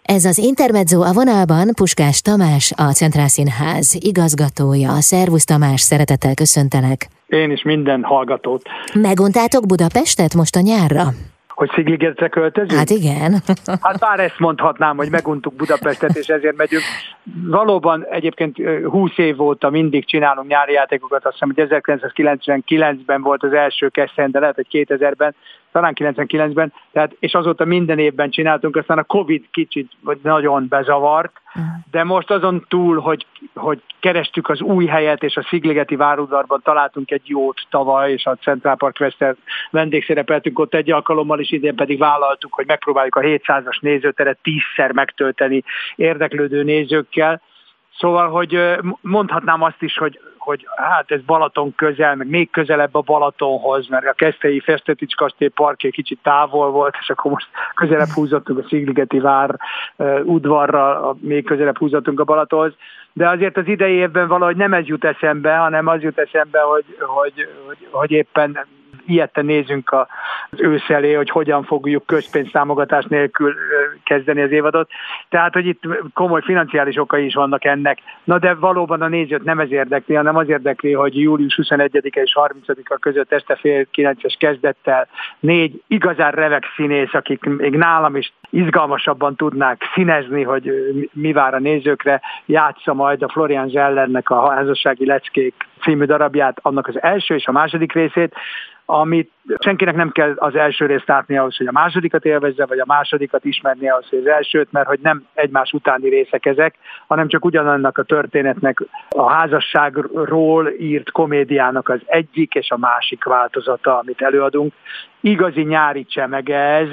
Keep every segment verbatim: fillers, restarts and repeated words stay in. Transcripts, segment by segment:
Ez az Intermezzo, a vonalban Puskás Tamás, a Centrál Színház igazgatója. Szervusz Tamás, szeretettel köszöntelek. Én is minden hallgatót. Meguntátok Budapestet most a nyárra? Hogy Szigligetre költözünk? Hát igen. Hát bár ezt mondhatnám, hogy meguntuk Budapestet, és ezért megyünk. Valóban egyébként húsz év óta mindig csinálunk nyári játékokat, azt hiszem, hogy ezerkilencszázkilencvenkilencben volt az első Keszthelyen, de lehet, hogy kétezerben, talán kilencvenkilencben, tehát, és azóta minden évben csináltunk, aztán a Covid kicsit vagy nagyon bezavart, de most azon túl, hogy, hogy kerestük az új helyet, és a Szigligeti várudvarban találtunk egy jót tavaly, és a Central Park Western vendégszerepeltünk ott egy alkalommal, és idén pedig vállaltuk, hogy megpróbáljuk a hétszázas nézőteret tízszer megtölteni érdeklődő nézőkkel. Szóval, hogy mondhatnám azt is, hogy, hogy hát ez Balaton közel, meg még közelebb a Balatonhoz, mert a Keszthelyi Festetics kastély parkja kicsit távol volt, és akkor most közelebb húzottunk a Szigligeti vár uh, udvarra, még közelebb húzottunk a Balatonhoz. De azért az idei évben valahogy nem ez jut eszembe, hanem az jut eszembe, hogy, hogy, hogy, hogy éppen ilyetten nézünk az ősz elé, hogy hogyan fogjuk közpénztámogatás nélkül kezdeni az évadot. Tehát, hogy itt komoly financiális okai is vannak ennek. Na de valóban a nézőt nem ez érdekli, hanem az érdekli, hogy július huszonegyedike és harmincadika között este fél kilences kezdettel négy igazán remek színész, akik még nálam is izgalmasabban tudnák színezni, hogy mi vár a nézőkre, játsza majd a Florian Zellernek a Házassági leckék című darabját, annak az első és a második részét, amit senkinek nem kell az első részt látni ahhoz, hogy a másodikat élvezze, vagy a másodikat ismerni ahhoz, hogy az elsőt, mert hogy nem egymás utáni részek ezek, hanem csak ugyanannak a történetnek a házasságról írt komédiának az egyik és a másik változata, amit előadunk. Igazi nyári csemege ez.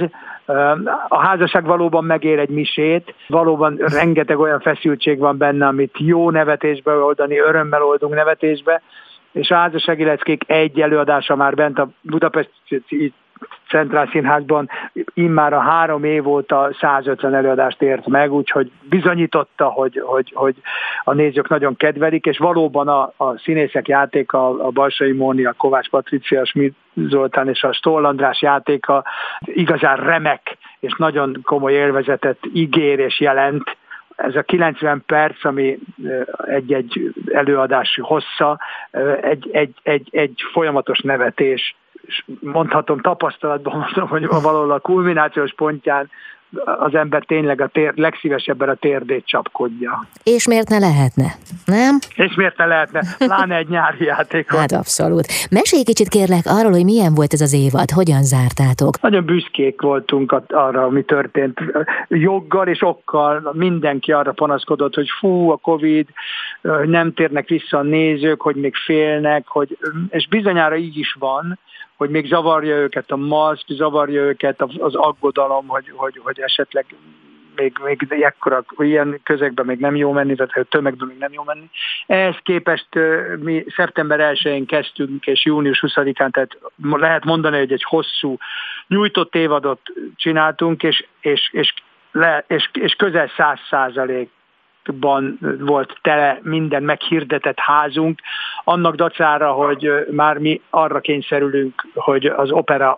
A házasság valóban megér egy misét, valóban rengeteg olyan feszültség van benne, amit jó nevetésbe oldani, örömmel oldunk nevetésbe, és a Házassági leckék egy előadása már bent a Budapesti Centrál Színházban immár a három év óta százötven előadást ért meg, úgyhogy bizonyította, hogy, hogy, hogy a nézők nagyon kedvelik, és valóban a, a színészek játéka, a Balsai Móni, a Kovács Patricia, a Schmidt Zoltán és a Stoll András játéka igazán remek, és nagyon komoly élvezetet ígér és jelent. Ez a kilencven perc, ami egy-egy előadás hossza, egy, egy, egy, egy folyamatos nevetés. Mondhatom, tapasztalatban mondom, hogy valahol a kulminációs pontján az ember tényleg a tér, legszívesebben a térdét csapkodja. És miért ne lehetne, nem? És miért ne lehetne, pláne egy nyári játékot. Hát abszolút. Mesélj kicsit kérlek arról, hogy milyen volt ez az évad, hogyan zártátok? Nagyon büszkék voltunk arra, ami történt. Joggal és okkal mindenki arra panaszkodott, hogy fú, a Covid, nem térnek vissza a nézők, hogy még félnek, hogy, és bizonyára így is van, hogy még zavarja őket a maszk, zavarja őket az aggodalom, hogy, hogy, hogy esetleg még, még ekkora, ilyen közegben még nem jó menni, tehát tömegben még nem jó menni. Ehhez képest mi szeptember elsején kezdtünk, és június huszadikán, tehát lehet mondani, hogy egy hosszú, nyújtott évadot csináltunk, és, és, és, le, és, és közel száz százalék ban volt tele minden meghirdetett házunk, annak dacára, hogy már mi arra kényszerülünk, hogy az opera,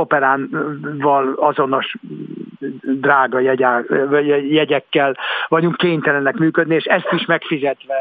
operánval azonos drága jegyá, jegyekkel vagyunk kénytelenek működni, és ezt is megfizetve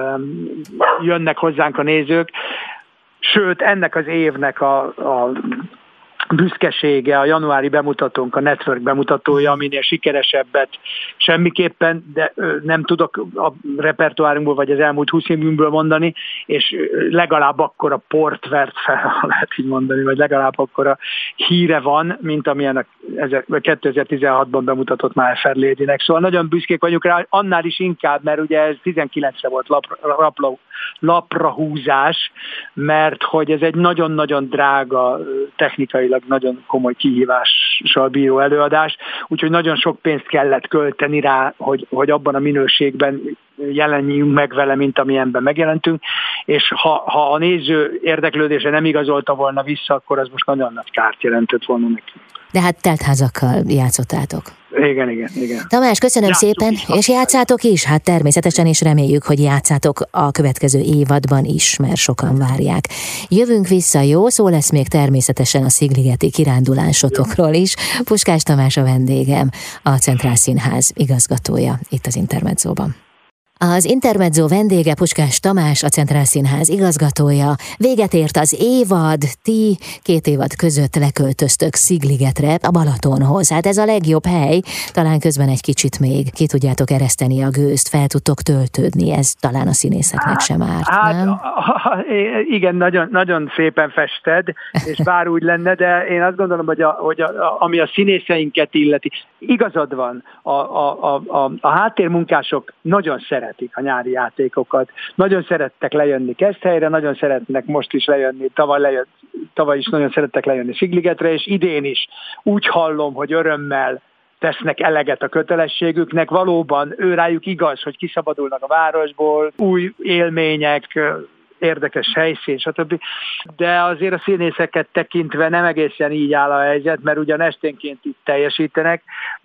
jönnek hozzánk a nézők. Sőt, ennek az évnek a, a büszkesége, a januári bemutatónk, a Network bemutatója, aminél sikeresebbet semmiképpen, de nem tudok a repertoárunkból vagy az elmúlt húsz évünkből mondani, és legalább akkora port vert fel, lehet így mondani, vagy legalább akkora híre van, mint amilyen a kétezer-tizenhatban bemutatott már Fair Lady-nek. Szóval nagyon büszkék vagyunk rá, annál is inkább, mert ugye ez tizenkilencre volt lapra, lapra, lapra húzás, mert hogy ez egy nagyon-nagyon drága, technikailag nagyon komoly kihívással bíró előadás, úgyhogy nagyon sok pénzt kellett költeni rá, hogy, hogy abban a minőségben jelenjünk meg vele, mint amilyenben megjelentünk, és ha, ha a néző érdeklődése nem igazolta volna vissza, akkor az most nagyon nagy kárt jelentett volna nekünk. De hát teltházakkal játszottátok. Igen, igen, igen. Tamás, köszönöm Játszunk szépen, is, és játszátok is, hát természetesen, és reméljük, hogy játszátok a következő évadban is, mert sokan várják. Jövünk vissza, jó? Szó lesz még természetesen a szigligeti kirándulásotokról is. Puskás Tamás a vendégem, a Centrál Színház igazgatója itt az Intermedzóban. Az Intermezzo vendége Puskás Tamás, a Centrál Színház igazgatója. Véget ért az évad, ti két évad között leköltöztök Szigligetre, a Balatonhoz. Hát ez a legjobb hely, talán közben egy kicsit még ki tudjátok ereszteni a gőzt, fel tudtok töltődni, ez talán a színészeknek sem árt, hát, nem? Igen, nagyon, nagyon szépen fested, és bár úgy lenne, de én azt gondolom, hogy, a, hogy a, ami a színészeinket illeti, igazad van, a, a, a, a háttérmunkások nagyon szeretik a nyári játékokat, nagyon szerettek lejönni Keszthelyre, nagyon szeretnek most is lejönni, tavaly, lejött, tavaly is nagyon szerettek lejönni Szigligetre, és idén is úgy hallom, hogy örömmel tesznek eleget a kötelességüknek. Valóban ő rájuk igaz, hogy kiszabadulnak a városból, új élmények, érdekes helyszín, stb. De azért a színészeket tekintve nem egészen így áll a helyzet, mert ugyan esténként itt teljesítenek,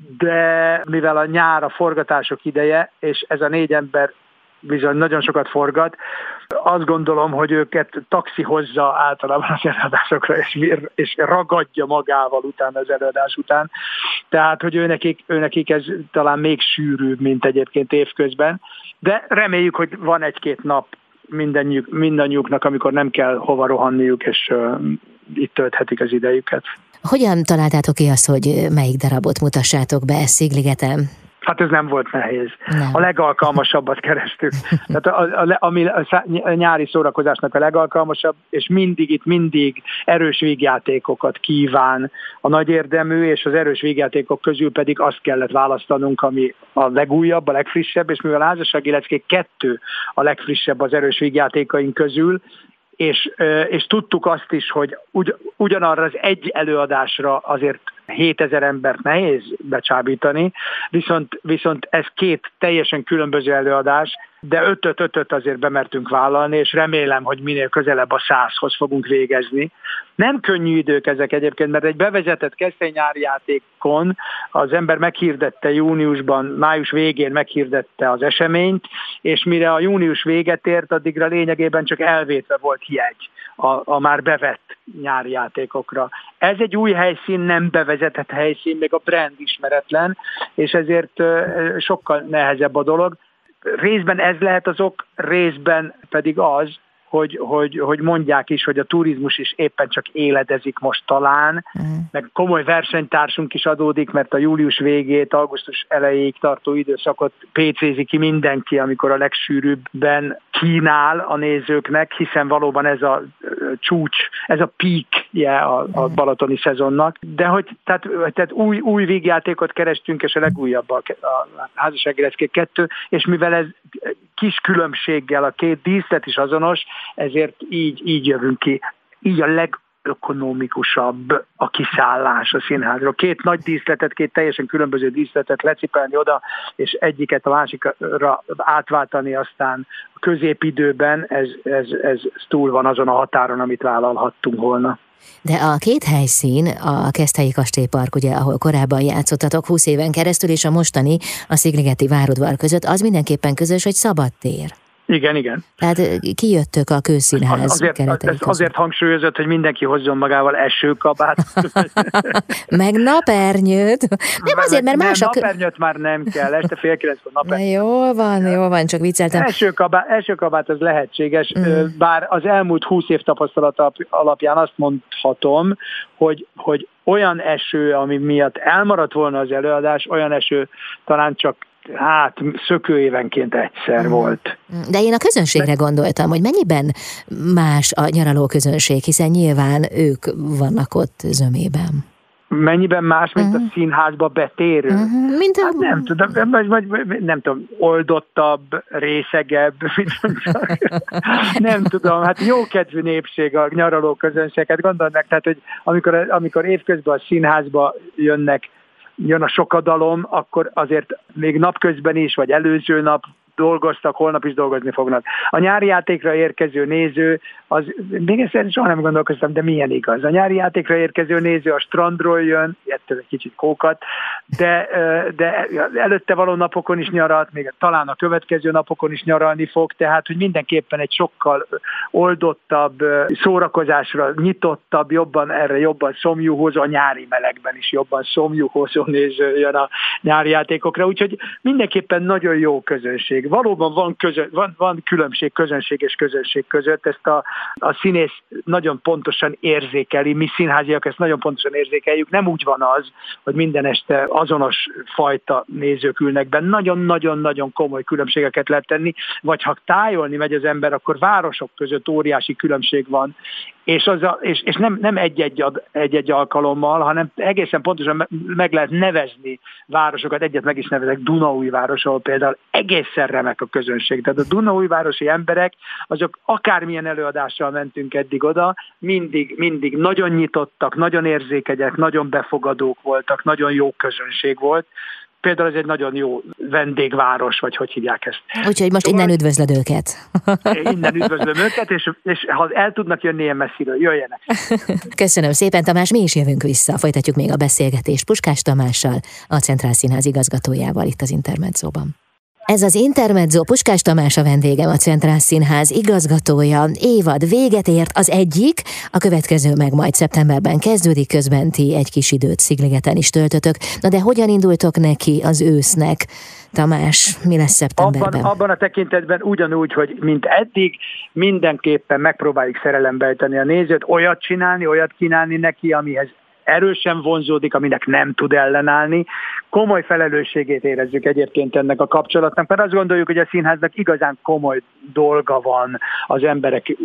de mivel a nyár a forgatások ideje, és ez a négy ember bizony nagyon sokat forgat, azt gondolom, hogy őket taxi hozza általában az előadásokra, és, és ragadja magával utána az előadás után. Tehát, hogy őnekik, őnekik ez talán még sűrűbb, mint egyébként évközben, de reméljük, hogy van egy-két nap mindannyiuk, mindannyiuknak, amikor nem kell hova rohanniuk, és uh, itt tölthetik az idejüket. Hogyan találtátok ki azt, hogy melyik darabot mutassátok be Szigligeten? Hát ez nem volt nehéz. Nem. A legalkalmasabbat kerestük. Tehát a, a, ami a nyári szórakozásnak a legalkalmasabb, és mindig itt mindig erős vígjátékokat kíván a nagy érdemű, és az erős vígjátékok közül pedig azt kellett választanunk, ami a legújabb, a legfrissebb, és mivel a Házassági leckék kettő a legfrissebb az erős vígjátékaink közül, és, és tudtuk azt is, hogy ugy, ugyanarra az egy előadásra azért hétezer embert nehéz becsábítani, viszont, viszont ez két teljesen különböző előadás, de ötöt ötöt azért bemertünk vállalni, és remélem, hogy minél közelebb a százhoz fogunk végezni. Nem könnyű idők ezek egyébként, mert egy bevezetett Keszthely nyári játékon az ember meghirdette júniusban, május végén meghirdette az eseményt, és mire a június véget ért, addigra lényegében csak elvétve volt jegy a, a már bevett nyári játékokra. Ez egy új helyszín, nem bevezetett helyszín, még a brand ismeretlen, és ezért sokkal nehezebb a dolog. Részben ez lehet az ok, részben pedig az, hogy, hogy, hogy mondják is, hogy a turizmus is éppen csak éledezik most talán, uh-huh. meg komoly versenytársunk is adódik, mert a július végét, augusztus elejéig tartó időszakot pécézi ki mindenki, amikor a legsűrűbben kínál a nézőknek, hiszen valóban ez a csúcs, ez a peak-je a, a balatoni szezonnak. De hogy tehát, tehát új, új vígjátékot kerestünk, és a legújabb a, a Házassági leckék kettő, és mivel ez kis különbséggel a két díszlet is azonos, ezért így, így jövünk ki. Így a legökonomikusabb a kiszállás a színházról. Két nagy díszletet, két teljesen különböző díszletet lecipelni oda, és egyiket a másikra átváltani aztán a középidőben, ez, ez, ez túl van azon a határon, amit vállalhattunk volna. De a két helyszín, a Keszthelyi Kastélypark, ugye, ahol korábban játszottatok húsz éven keresztül, és a mostani, a Szigligeti várudvar között, az mindenképpen közös, hogy szabad tér. Igen, igen. Tehát kijöttök a Kőszínház azért, keretei ez azért hangsúlyozott, hogy mindenki hozzon magával esőkabát. Meg napernyőt. Nem azért, mert nem, más a... Napernyőt már nem kell, este fél kilenckor napernyőt. Jól van, jól van, csak vicceltem. Esőkabát, esőkabát az lehetséges, mm. bár az elmúlt húsz év tapasztalat alapján azt mondhatom, hogy, hogy olyan eső, ami miatt elmaradt volna az előadás, olyan eső talán csak hát szökőévenként egyszer volt. De én a közönségre gondoltam, hogy mennyiben más a nyaraló közönség, hiszen nyilván ők vannak ott zömében. Mennyiben más, mint uh-huh. a színházba betérő? Uh-huh. Mint a... hát nem tudom, vagy, vagy, nem tudom, oldottabb, részegebb, nem tudom, hát jókedvű népség a nyaraló közönséget, gondolnak, tehát, hogy amikor, amikor évközben a színházba jönnek, jön a sokadalom, akkor azért még napközben is, vagy előző nap dolgoztak, holnap is dolgozni fognak. A nyári játékra érkező néző, az még ezt soha nem gondolkoztam, de milyen igaz. A nyári játékra érkező néző a strandról jön, ettől egy kicsit kókat, de, de előtte való napokon is nyaralt, még talán a következő napokon is nyaralni fog, tehát hogy mindenképpen egy sokkal oldottabb, szórakozásra nyitottabb, jobban erre jobban szomjúhozó, a nyári melegben is jobban szomjúhozó néző jön a nyári játékokra, úgyhogy mindenképpen nagyon jó közönség. Valóban van, közön, van, van különbség közönség és közönség között, ezt a, a színész nagyon pontosan érzékeli, mi színháziak ezt nagyon pontosan érzékeljük, nem úgy van az, hogy minden este azonos fajta nézők ülnek be, nagyon-nagyon-nagyon komoly különbségeket lehet tenni, vagy ha tájolni megy az ember, akkor városok között óriási különbség van, és, az a, és, és nem, nem egy-egy, egy-egy alkalommal, hanem egészen pontosan meg lehet nevezni városokat, egyet meg is nevezek, Dunaújváros, ahol például egészen remek a közönség. Tehát a dunaújvárosi emberek, azok akármilyen előadással mentünk eddig oda, mindig, mindig nagyon nyitottak, nagyon érzékenyek, nagyon befogadók voltak, nagyon jó közönség volt. Például ez egy nagyon jó vendégváros, vagy hogy hívják ezt. Úgyhogy most innen üdvözlöd őket. Innen üdvözlöm őket, és, és ha el tudnak jönni ilyen messziről, jöjjenek. Köszönöm szépen, Tamás, mi is jövünk vissza. Folytatjuk még a beszélgetést Puskás Tamással, a Centrál Színház igazgatójával itt az Intermedzóban. Ez az Intermezzo, Puskás Tamás a vendégem, a Centrál Színház igazgatója. Évad véget ért az egyik, a következő meg majd szeptemberben kezdődik, közben ti egy kis időt Szigligeten is töltötök. Na de hogyan indultok neki az ősznek? Tamás, mi lesz szeptemberben? Abban, abban a tekintetben ugyanúgy, hogy mint eddig, mindenképpen megpróbáljuk szerelembe ejteni a nézőt, olyat csinálni, olyat kínálni neki, amihez erősen vonzódik, aminek nem tud ellenállni. Komoly felelősségét érezzük egyébként ennek a kapcsolatnak, mert azt gondoljuk, hogy a színháznak igazán komoly dolga van az emberek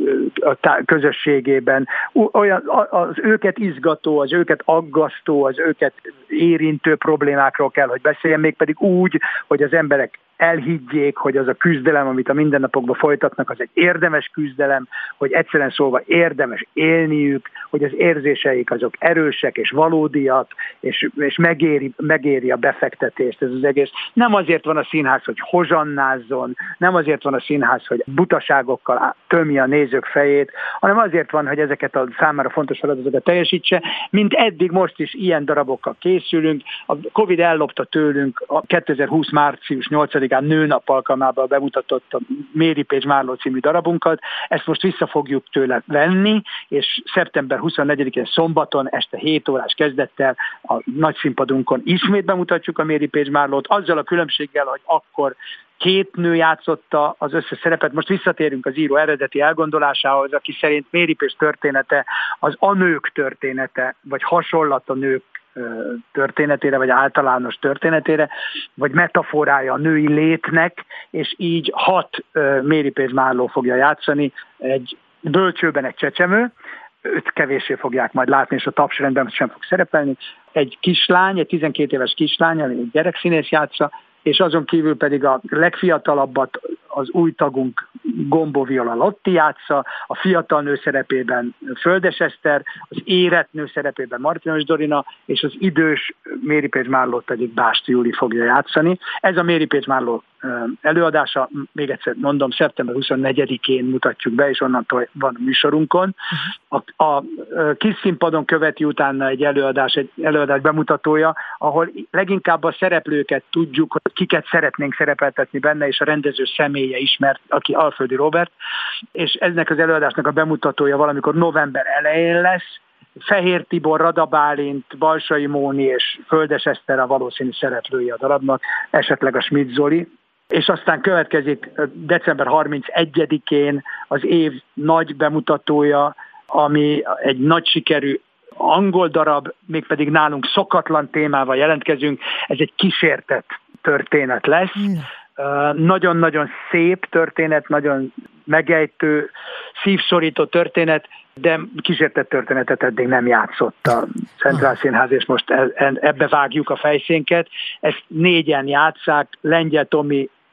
közösségében. Olyan, az őket izgató, az őket aggasztó, az őket érintő problémákról kell, hogy beszéljen, mégpedig úgy, hogy az emberek elhiggyék, hogy az a küzdelem, amit a mindennapokban folytatnak, az egy érdemes küzdelem, hogy egyszerűen szólva érdemes élniük, hogy az érzéseik azok erősek és valódiak, és, és megéri, megéri a befektetést ez az egész. Nem azért van a színház, hogy hozsannázzon, nem azért van a színház, hogy butaságokkal tömje a nézők fejét, hanem azért van, hogy ezeket a számára fontos feladatokat teljesítse, mint eddig most is ilyen darabokkal készülünk. A Covid ellopta tőlünk a kétezer-húsz március nyolcadikán nőnap alkalmával bemutatott a Mary Page Marlowe című darabunkat. Ezt most vissza fogjuk tőle venni, és szeptember huszonnegyedikén szombaton este hét órás kezdettel a nagy színpadunkon ismét bemutatjuk a Mary Page Marlowe-t, azzal a különbséggel, hogy akkor két nő játszotta az összes szerepet. Most visszatérünk az író eredeti elgondolásához, aki szerint Mary Page története az a nők története, vagy hasonlat a nők történetére, vagy általános történetére, vagy metaforája a női létnek, és így hat Mary Page Marlowe fogja játszani, egy bölcsőben egy csecsemő, őt kevéssé fogják majd látni, és a tapsrendben sem fog szerepelni, egy kislány, egy tizenkét éves kislány, ami egy gyerekszínész játsza, és azon kívül pedig a legfiatalabbat az új tagunk Gombó Viola Lotti játsza, a fiatal nő szerepében Földes Eszter, az érett nő szerepében Martinos Dorina, és az idős Mary Page Marlowe pedig Bást Júli fogja játszani. Ez a Mary Page Marlowe előadása, még egyszer mondom, szeptember huszonnegyedikén mutatjuk be, és onnantól van a műsorunkon. A, a kis színpadon követi utána egy előadás, egy előadás bemutatója, ahol leginkább a szereplőket tudjuk, hogy kiket szeretnénk szerepeltetni benne, és a rendező személye ismert, aki Alföldi Róbert, és ennek az előadásnak a bemutatója valamikor november elején lesz. Fehér Tibor, Rada Bálint, Balsai Móni és Földes Eszter a valószínű szereplői a darabnak, esetleg a Schmidt Zoli. És aztán következik december harmincegyedikén az év nagy bemutatója, ami egy nagy sikerű angol darab, mégpedig nálunk szokatlan témával jelentkezünk. Ez egy kísértett történet lesz. Mm. Uh, nagyon-nagyon szép történet, nagyon megejtő, szívszorító történet, de kísértett történetet eddig nem játszott a Centrál Színház, és most ebbe vágjuk a fejszénket. Ezt négyen játsszák, Lengyel Tomi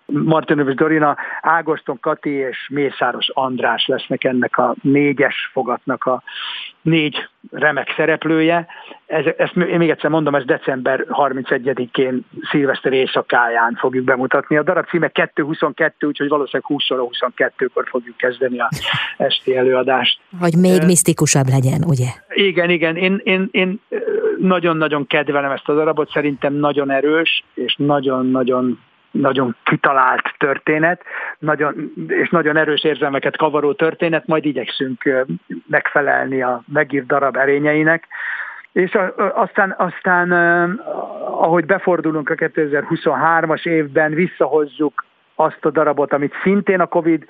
Martinövős Dorina, Ágoston Kati és Mészáros András lesznek ennek a négyes fogatnak a négy remek szereplője. Ez, ezt én még egyszer mondom, ez december harmincegyedikén szilveszter éjszakáján fogjuk bemutatni. A darab címe kettő huszonkettő, úgyhogy valószínűleg húsz óra huszonkettőkor fogjuk kezdeni a esti előadást. Hogy még uh, misztikusabb legyen, ugye? Igen, igen. Én, én, én nagyon-nagyon kedvelem ezt a darabot, szerintem nagyon erős, és nagyon-nagyon nagyon kitalált történet, nagyon, és nagyon erős érzelmeket kavaró történet, majd igyekszünk megfelelni a megírt darab erényeinek. És aztán, aztán ahogy befordulunk a kétezer-huszonhármas évben, visszahozzuk azt a darabot, amit szintén a Covid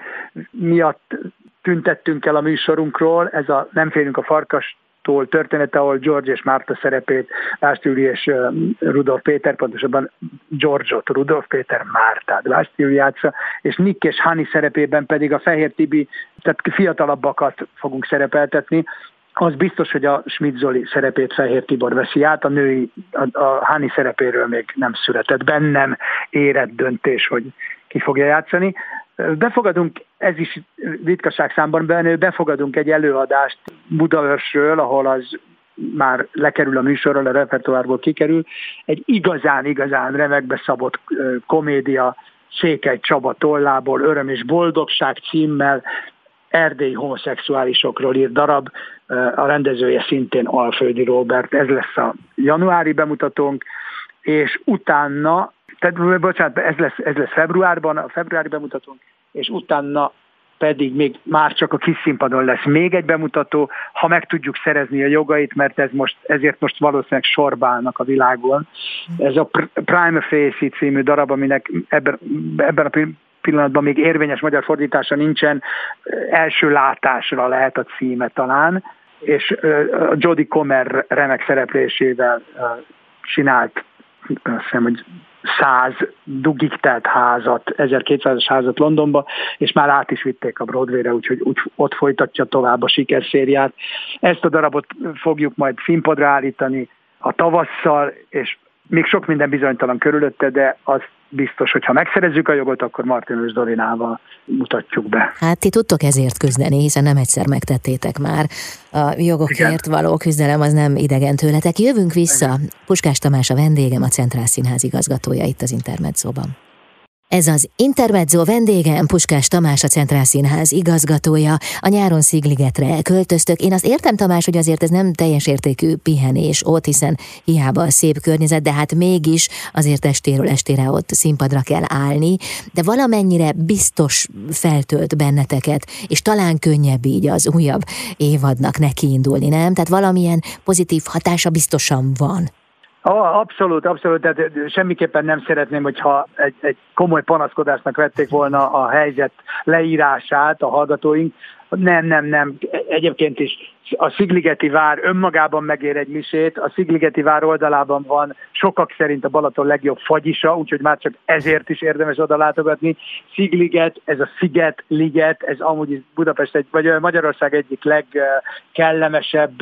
miatt tüntettünk el a műsorunkról, ez a Nem félünk a farkas története, ahol George és Márta szerepét, Vászthyúli és Rudolf Péter, pontosabban George-ot, Rudolf Péter Mártát Vászthyúli játsza, és Nick és Hani szerepében pedig a Fehér Tibi, tehát fiatalabbakat fogunk szerepeltetni. Az biztos, hogy a Schmidt Zoli szerepét Fehér Tibor veszi át, a női, a, a Hani szerepéről még nem született, bennem érett döntés, hogy ki fogja játszani. Befogadunk, ez is ritkaság számban benne, befogadunk egy előadást Budaörsről, ahol az már lekerül a műsorról, a repertoárból kikerül, egy igazán-igazán remekbe szabott komédia Székely Csaba tollából, Öröm és boldogság címmel, erdélyi homoszexuálisokról írt darab, a rendezője szintén Alföldi Róbert, ez lesz a januári bemutatónk, és utána, tehát bocsánat, ez lesz, ez lesz februárban, a februári bemutatónk, és utána pedig még már csak a kis színpadon lesz még egy bemutató, ha meg tudjuk szerezni a jogait, mert ez most, ezért most valószínűleg sorba állnak a világon. Ez a Prima Facie című darab, aminek ebben, ebben a pillanatban még érvényes magyar fordítása nincsen, első látásra lehet a címe talán, és a Jodie Comer remek szereplésével csinált, azt hiszem, hogy száz dugig telt házat, ezerkétszázas házat Londonba, és már át is vitték a Broadwayre, úgyhogy úgy, ott folytatja tovább a sikerszériát. Ezt a darabot fogjuk majd színpadra állítani a tavasszal, és még sok minden bizonytalan körülötte, de az biztos, hogy ha megszerezzük a jogot, akkor Martinövős Dorinával mutatjuk be. Hát ti tudtok ezért küzdeni, hiszen nem egyszer megtettétek már. A jogokért Igen. való küzdelem az nem idegen tőletek. Jövünk vissza. Igen. Puskás Tamás a vendégem, a Centrál Színház igazgatója itt az Intermedzóban. Ez az Intermezzo, vendégem Puskás Tamás, a Centrál Színház igazgatója. A nyáron Szigligetre költöztök. Én azt értem, Tamás, hogy azért ez nem teljes értékű pihenés ott, hiszen hiába a szép környezet, de hát mégis azért estéről estére ott színpadra kell állni, de valamennyire biztos feltölt benneteket, és talán könnyebb így az újabb évadnak nekiindulni, nem? Tehát valamilyen pozitív hatása biztosan van. Oh, abszolút, abszolút, tehát semmiképpen nem szeretném, hogyha egy, egy komoly panaszkodásnak vették volna a helyzet leírását a hallgatóink. Nem, nem, nem. Egyébként is a Szigligeti vár önmagában megér egy misét, a Szigligeti vár oldalában van sokak szerint a Balaton legjobb fagyisa, úgyhogy már csak ezért is érdemes oda látogatni. Szigliget, ez a Sziget liget, ez amúgy Budapest egy, vagy Magyarország egyik legkellemesebb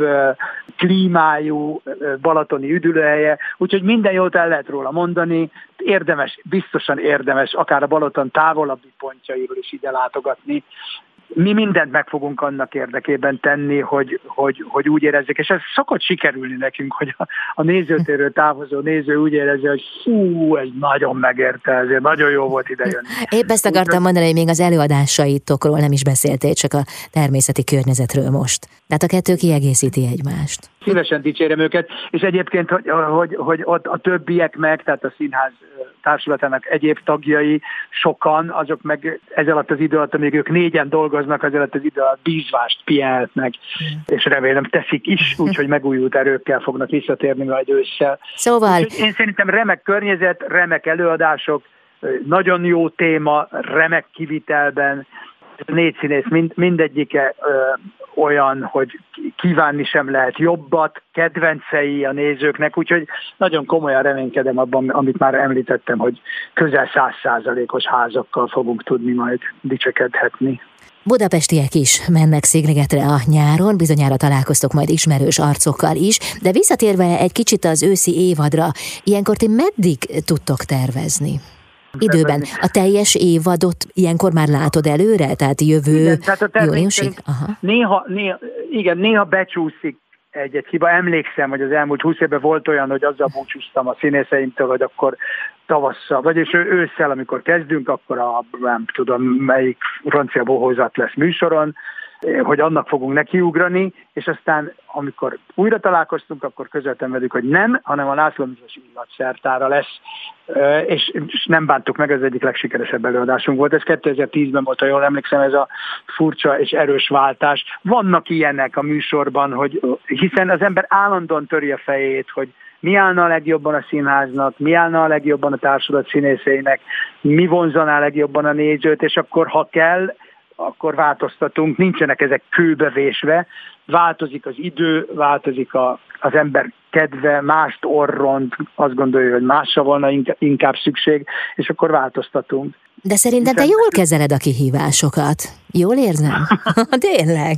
klímájú balatoni üdülőhelye, úgyhogy minden jót el lehet róla mondani, érdemes, biztosan érdemes, akár a Balaton távolabbi pontjairól is ide látogatni. Mi mindent meg fogunk annak érdekében tenni, hogy, hogy, hogy úgy érezzük, és ez szokott sikerülni nekünk, hogy a, a nézőtérről távozó néző úgy érezi, hogy fú, ez nagyon megérte, ezért nagyon jó volt idejönni. Épp ezt akartam úgy, mondani, hogy még az előadásaitokról nem is beszéltél, csak a természeti környezetről most. Tehát a kettő kiegészíti egymást. Szívesen dicsérem őket, és egyébként, hogy, hogy, hogy ott a többiek meg, tehát a színház társulatának egyéb tagjai, sokan, azok meg ez alatt az idő alatt, amíg ők négyen dolgoznak, az alatt az idő alatt bízvást pihenhetnek, mm. és remélem teszik is, úgyhogy megújult erőkkel fognak visszatérni majd ősszel. Szóval... Úgyhogy én szerintem remek környezet, remek előadások, nagyon jó téma, remek kivitelben, négy színész, mind, mindegyike ö, olyan, hogy kívánni sem lehet jobbat, kedvencei a nézőknek, úgyhogy nagyon komolyan reménykedem abban, amit már említettem, hogy közel száz százalékos házakkal fogunk tudni majd dicsekedhetni. Budapestiek is mennek Szigligetre a nyáron, bizonyára találkoztok majd ismerős arcokkal is, de visszatérve egy kicsit az őszi évadra, ilyenkor ti meddig tudtok tervezni? időben. A teljes évadot ilyenkor már látod előre? Tehát jövő igen, tehát a júniusig? Aha. Néha, néha, igen, néha becsúszik egy-egy hiba. Emlékszem, hogy az elmúlt húsz évben volt olyan, hogy azzal búcsúztam a színészeimtől, hogy akkor tavasszal, vagyis ősszel, amikor kezdünk, akkor a, nem tudom, melyik francia bohózat lesz műsoron, hogy annak fogunk nekiugrani, és aztán, amikor újra találkoztunk, akkor közöltem velük, hogy nem, hanem a László Miklós illatszertára lesz, és, és nem bántuk meg, ez egyik legsikeresebb előadásunk volt. Ez kétezer-tízben volt, ha jól emlékszem, ez a furcsa és erős váltás. Vannak ilyenek a műsorban, hogy hiszen az ember állandóan töri a fejét, hogy mi állna a legjobban a színháznak, mi állna a legjobban a társulat színészeinek, mi vonzaná a legjobban a nézőt, és akkor, ha kell, akkor változtatunk, nincsenek ezek kőbevésve, változik az idő, változik a, az ember kedve, mást orront, azt gondolja, hogy másra volna inkább szükség, és akkor változtatunk. De szerintem te jól kezeled a kihívásokat. Jól érzem? Tényleg?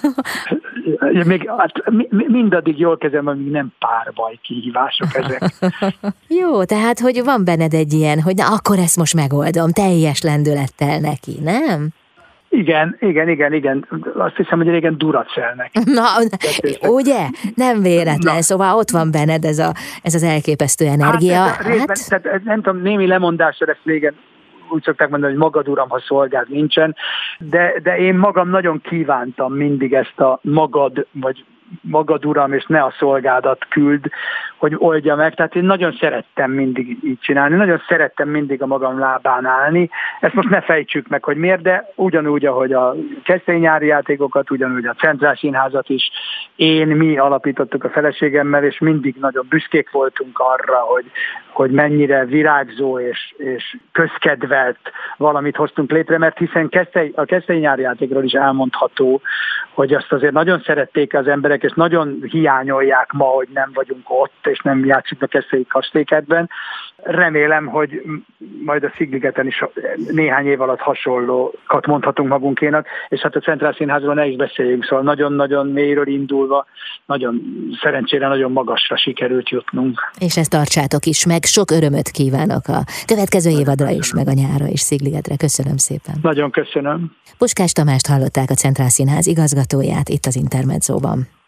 Még, hát, mindaddig jól kezelem, amíg nem párbaj kihívások ezek. Jó, tehát, hogy van benned egy ilyen, hogy na akkor ezt most megoldom, teljes lendülettel neki, nem? Igen, igen, igen, igen. Azt hiszem, hogy régen Duracelnek. Na, ugye? Nem véletlen, Na. Szóval ott van benned ez, a, ez az elképesztő energia. Hát, hát... Részben, tehát, nem tudom, némi lemondásra ezt régen úgy szokták mondani, hogy magad uram, ha szolgád nincsen, de, de én magam nagyon kívántam mindig ezt a magad, vagy magad uram, és ne a szolgádat küld, hogy oldja meg. Tehát én nagyon szerettem mindig így csinálni, nagyon szerettem mindig a magam lábán állni. Ezt most ne fejtsük meg, hogy miért, de ugyanúgy, ahogy a Keszthelyi nyári játékokat, ugyanúgy a Centrál Színházat is én, mi alapítottuk a feleségemmel, és mindig nagyon büszkék voltunk arra, hogy, hogy mennyire virágzó és, és közkedvelt valamit hoztunk létre, mert hiszen Keszthelyi, a Keszthelyi nyári játékról is elmondható, hogy azt azért nagyon szerették az emberek, és nagyon hiányolják ma, hogy nem vagyunk ott, és nem játszunk a Keszthelyi kastélykertben. Remélem, hogy majd a Szigligeten is néhány év alatt hasonlókat mondhatunk magunkénak, és hát a Centrál Színházról ne is beszéljünk, szóval nagyon-nagyon mélyről indulva, nagyon szerencsére nagyon magasra sikerült jutnunk. És ezt tartsátok is meg, sok örömöt kívánok a következő évadra is, meg a nyárra is Szigligetre. Köszönöm szépen. Nagyon köszönöm. Puskás Tamást hallották, a Centrál Színház igazgatóját itt az Intermedzóban.